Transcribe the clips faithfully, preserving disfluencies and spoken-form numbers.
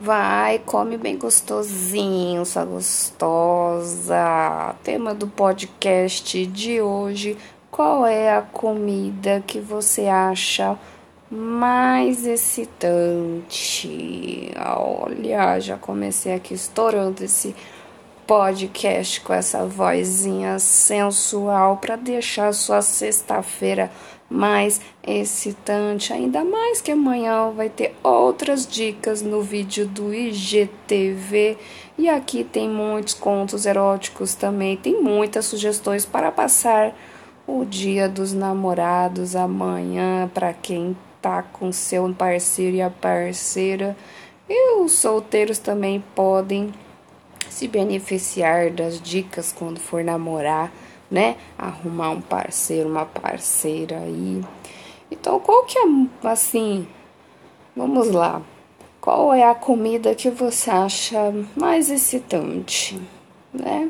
Vai, come bem gostosinho, sua gostosa. Tema do podcast de hoje: qual é a comida que você acha mais excitante? Olha, já comecei aqui estourando esse podcast com essa vozinha sensual para deixar a sua sexta-feira mais excitante, ainda mais que amanhã vai ter outras dicas no vídeo do I G T V e aqui tem muitos contos eróticos também, tem muitas sugestões para passar o dia dos namorados amanhã para quem tá com seu parceiro e a parceira, e os solteiros também podem se beneficiar das dicas quando for namorar, né? Arrumar um parceiro, uma parceira aí. Então, qual que é, assim, vamos lá. Qual é a comida que você acha mais excitante, né?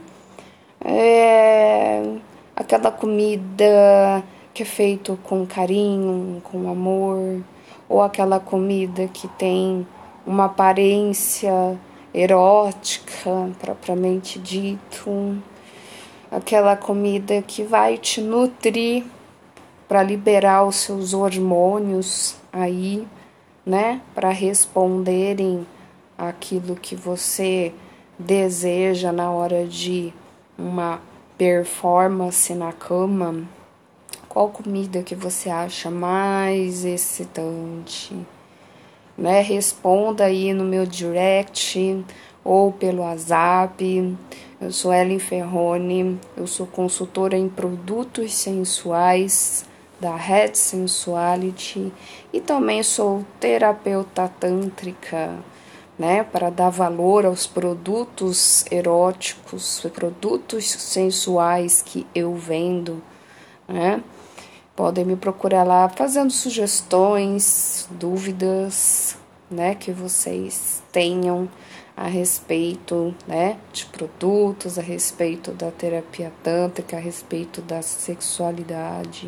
É aquela comida que é feita com carinho, com amor, ou aquela comida que tem uma aparência erótica, propriamente dito, aquela comida que vai te nutrir para liberar os seus hormônios aí, né, para responderem aquilo que você deseja na hora de uma performance na cama. Qual comida que você acha mais excitante? Né? Responda aí no meu direct ou pelo WhatsApp. Eu sou Ellen Ferrone, eu sou consultora em produtos sensuais da Red Sensuality e também sou terapeuta tântrica, né? Para dar valor aos produtos eróticos, produtos sensuais que eu vendo, né? Podem me procurar lá fazendo sugestões, dúvidas, né, que vocês tenham a respeito, né, de produtos, a respeito da terapia tântrica, a respeito da sexualidade.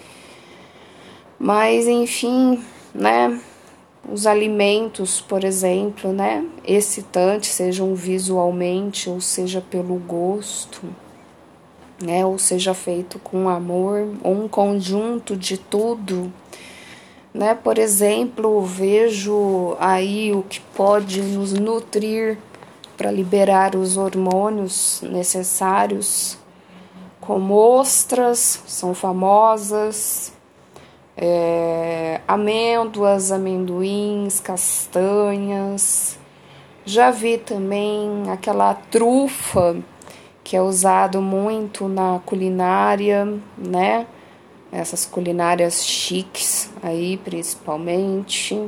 Mas, enfim, né, os alimentos, por exemplo, né, excitantes, sejam visualmente ou seja pelo gosto, né, ou seja feito com amor, ou um conjunto de tudo, né? Por exemplo, vejo aí o que pode nos nutrir para liberar os hormônios necessários, como ostras, são famosas, é, amêndoas, amendoins, castanhas. Já vi também aquela trufa que é usado muito na culinária, né? Essas culinárias chiques aí, principalmente.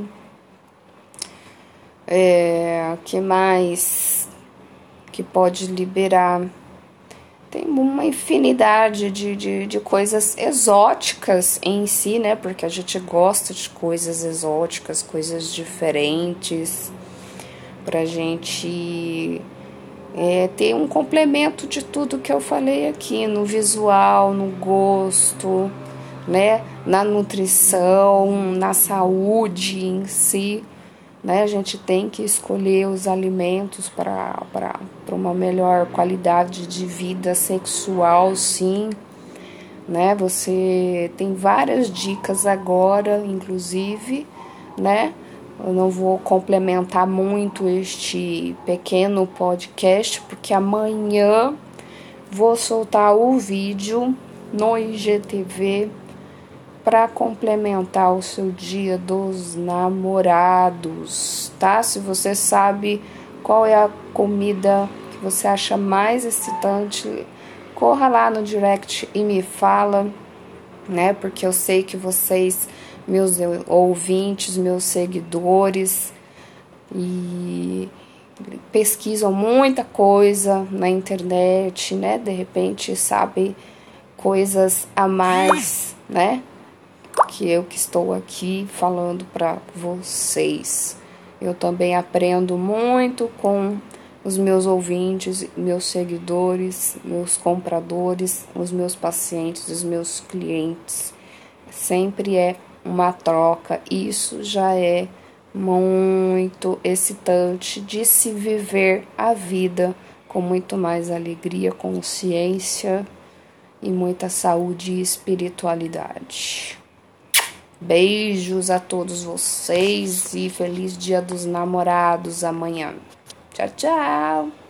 É, que mais que pode liberar? Tem uma infinidade de, de, de coisas exóticas em si, né? Porque a gente gosta de coisas exóticas, coisas diferentes, pra gente É, ter um complemento de tudo que eu falei aqui, no visual, no gosto, né, na nutrição, na saúde em si, né, a gente tem que escolher os alimentos para para uma melhor qualidade de vida sexual, sim, né, você tem várias dicas agora, inclusive, né. Eu não vou complementar muito este pequeno podcast, porque amanhã vou soltar o vídeo no I G T V para complementar o seu dia dos namorados, tá? Se você sabe qual é a comida que você acha mais excitante, corra lá no direct e me fala, né? Porque eu sei que vocês, meus ouvintes, meus seguidores, e pesquisam muita coisa na internet, né? De repente sabem coisas a mais, né? Que eu que estou aqui falando para vocês. Eu também aprendo muito com os meus ouvintes, meus seguidores, meus compradores, os meus pacientes, os meus clientes. Sempre é uma troca. Isso já é muito excitante de se viver a vida com muito mais alegria, consciência e muita saúde e espiritualidade. Beijos a todos vocês e feliz Dia dos Namorados amanhã. Tchau, tchau!